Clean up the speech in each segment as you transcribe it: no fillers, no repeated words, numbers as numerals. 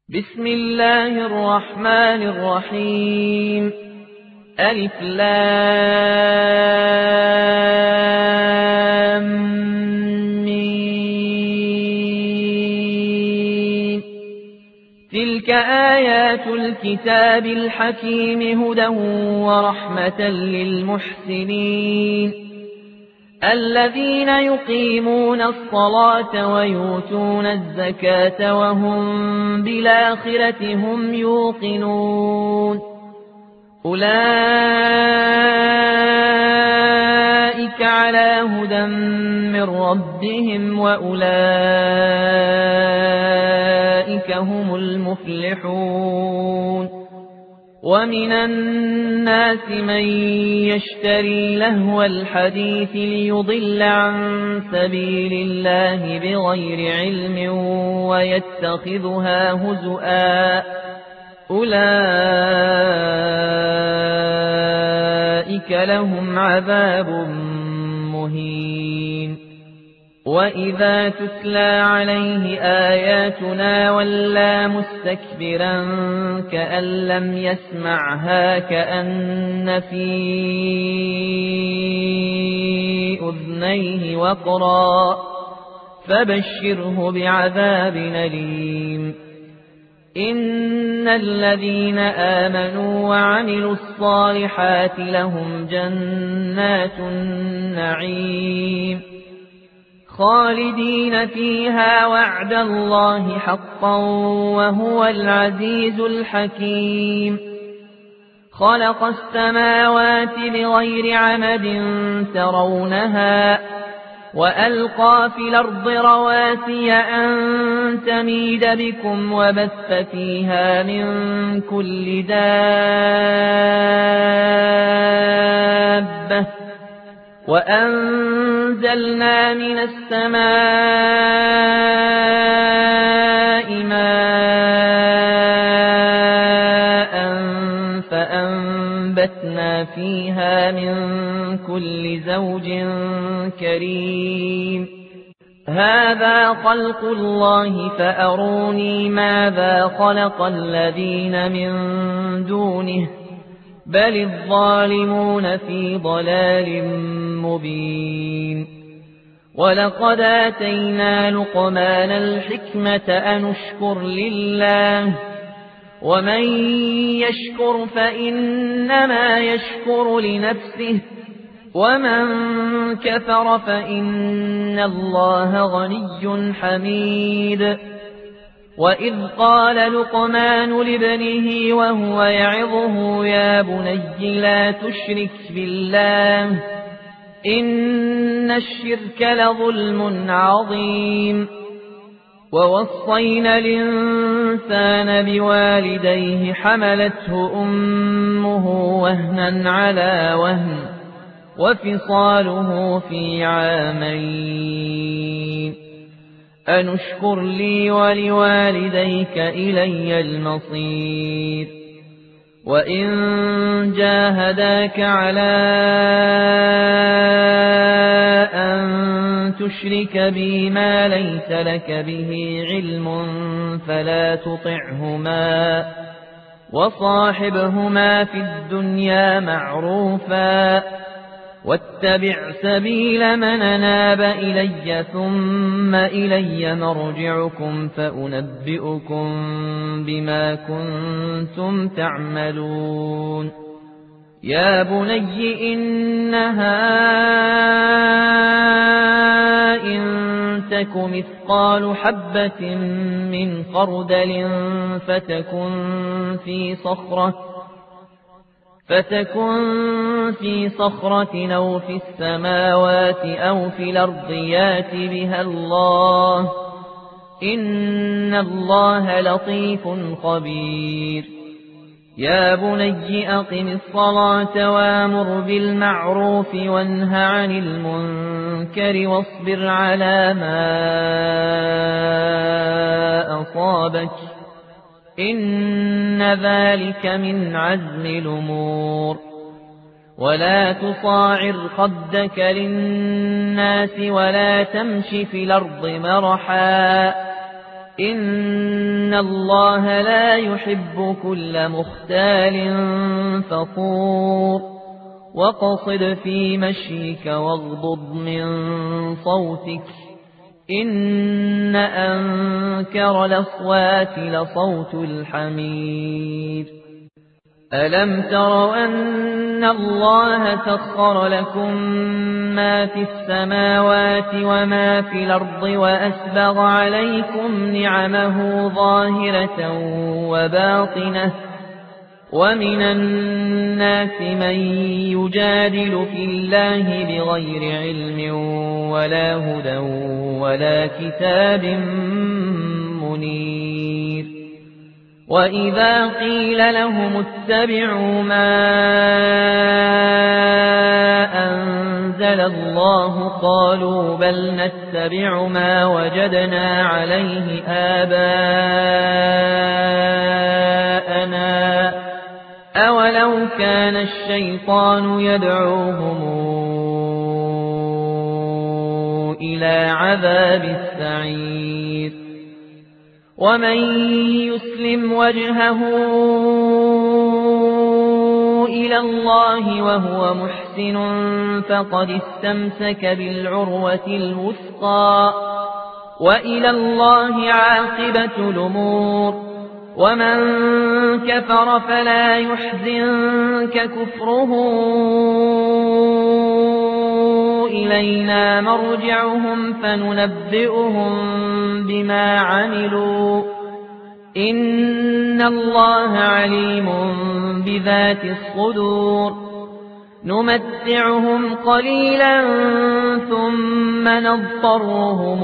بسم الله الرحمن الرحيم. ألف لام ميم. تلك آيات الكتاب الحكيم هدى ورحمة للمحسنين الذين يقيمون الصلاة ويؤتون الزكاة وهم بالآخرة هم يوقنون أولئك على هدى من ربهم وأولئك هم المفلحون. ومن الناس من يشتري لهو الحديث ليضل عن سبيل الله بغير علم ويتخذها هزؤا أولئك لهم عذاب مهين. وإذا تتلى عليه آياتنا ولى مستكبرا كأن لم يسمعها كأن في أذنيه وقرا فبشره بعذاب أليم. إن الذين آمنوا وعملوا الصالحات لهم جنات النعيم خالدين فيها وعد الله حقا وهو العزيز الحكيم. خلق السماوات بغير عمد ترونها وألقى في الأرض رواسي أن تميد بكم وبث فيها من كل دابة وأنزلنا من السماء ماء فأنبتنا فيها من كل زوج كريم. هذا خلق الله فأروني ماذا خلق الذين من دونه بل الظالمون في ضلال مبين. ولقد آتينا لقمان الحكمة أن اشكر لله ومن يشكر فإنما يشكر لنفسه ومن كفر فإن الله غني حميد. وإذ قال لقمان لابنه وهو يعظه يا بني لا تشرك بالله إن الشرك لظلم عظيم. ووصينا الإنسان بوالديه حملته أمه وهنا على وهن وفصاله في عامين أن اشكر لي ولوالديك إلي المصير. وإن جاهداك على أن تشرك بي ما ليس لك به علم فلا تطعهما وصاحبهما في الدنيا معروفا واتبع سبيل من أناب إلي ثم إلي مرجعكم فأنبئكم بما كنتم تعملون. يا بني إنها إن تك مثقال حبة من خردل فتكن في صخرة أو في السماوات أو في الأرض يات بها الله إن الله لطيف خبير. يا بني أقم الصلاة وامر بالمعروف وانه عن المنكر واصبر على ما أصابك إن ذلك من عزم الأمور. ولا تصاعر خدك للناس ولا تمش في الأرض مرحا إن الله لا يحب كل مختال فخور واقصد في مشيك واغضض من صوتك إن أنكر الأصوات لصوت الحمير ألم تروا أن الله سخر لكم ما في السماوات وما في الأرض وأسبغ عليكم نعمه ظاهرة وباطنة ومن الناس من يجادل في الله بغير علم ولا هدى ولا كتاب منير وإذا قيل لهم اتبعوا ما أنزل الله قالوا بل نتبع ما وجدنا عليه آباءنا أولو كان الشيطان يدعوهم إلى عذاب السعير ومن يسلم وجهه إلى الله وهو محسن فقد استمسك بالعروة الوثقى وإلى الله عاقبة الأمور ومن كفر فلا يحزنك كفره إلينا مرجعهم فننبئهم بما عملوا إن الله عليم بذات الصدور نمتعهم قليلا ثم نضطرهم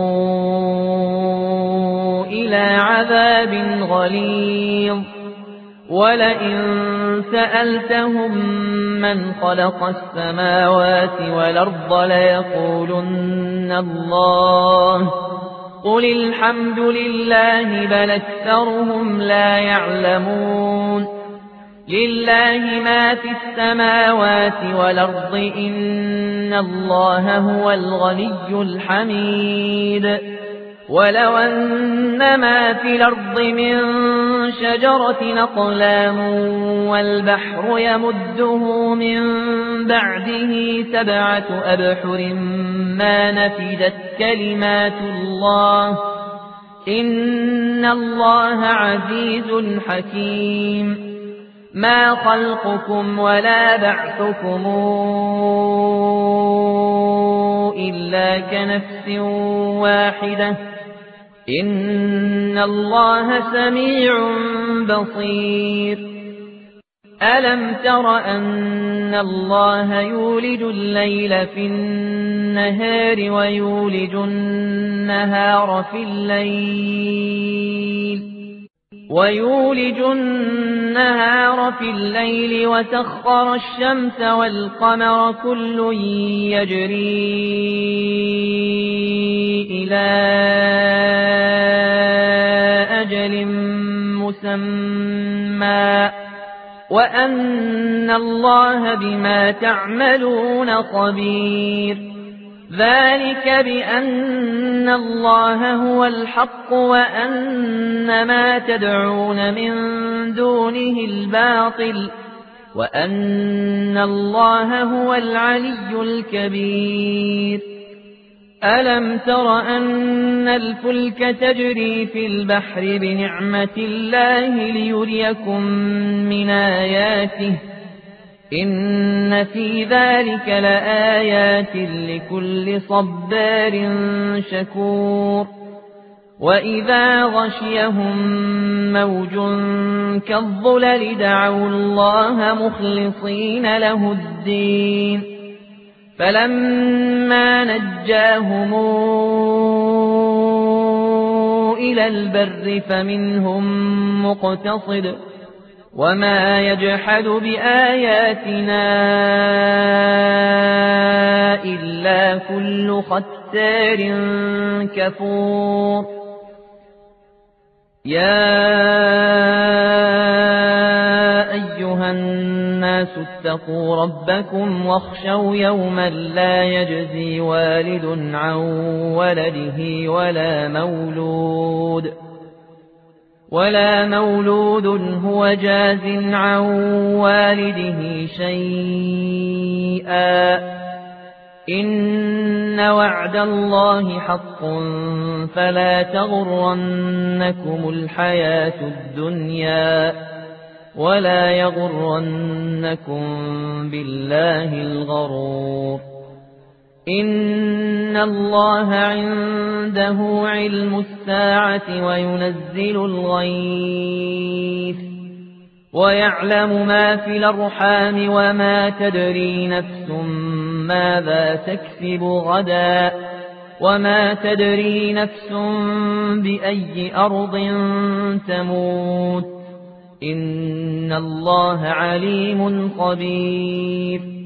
إلى عذاب غليظ ولئن سألتهم من خلق السماوات والأرض ليقولن الله قل الحمد لله بل أكثرهم لا يعلمون لله ما في السماوات والأرض إن الله هو الغني الحميد ولو أن ما في الأرض من شجرة أقلام والبحر يمده من بعده 7 أبحر ما نفدت كلمات الله إن الله عزيز حكيم ما خلقكم ولا بعثكم إلا كنفس واحدة إن الله سميع بصير ألم تر أن الله يولج الليل في النهار ويولج النهار في الليل وسخر الشمس والقمر كل يجري إلى أجل مسمى وأن الله بما تعملون خبير ذلك بأن الله هو الحق وأن ما تدعون من دونه الباطل وأن الله هو العلي الكبير ألم تر أن الفلك تجري في البحر بنعمة الله ليريكم من آياته إن في ذلك لآيات لكل صبار شكور وإذا غشيهم موج كالظلل دعوا الله مخلصين له الدين فلما نجاهم إلى البر فمنهم مقتصد وما يجحد بآياتنا إلا كل ختار كفور يا أيها الناس واتقوا ربكم واخشوا يوما لا يجزي والد عن ولده ولا مولود هو جاز عن والده شيئا إن وعد الله حق فلا تغرنكم الحياة الدنيا ولا يغرنكم بالله الغرور إن الله عنده علم الساعة وينزل الغيث ويعلم ما في الأرحام وما تدري نفس ماذا تكسب غدا وما تدري نفس بأي أرض تموت إن الله عليم خبير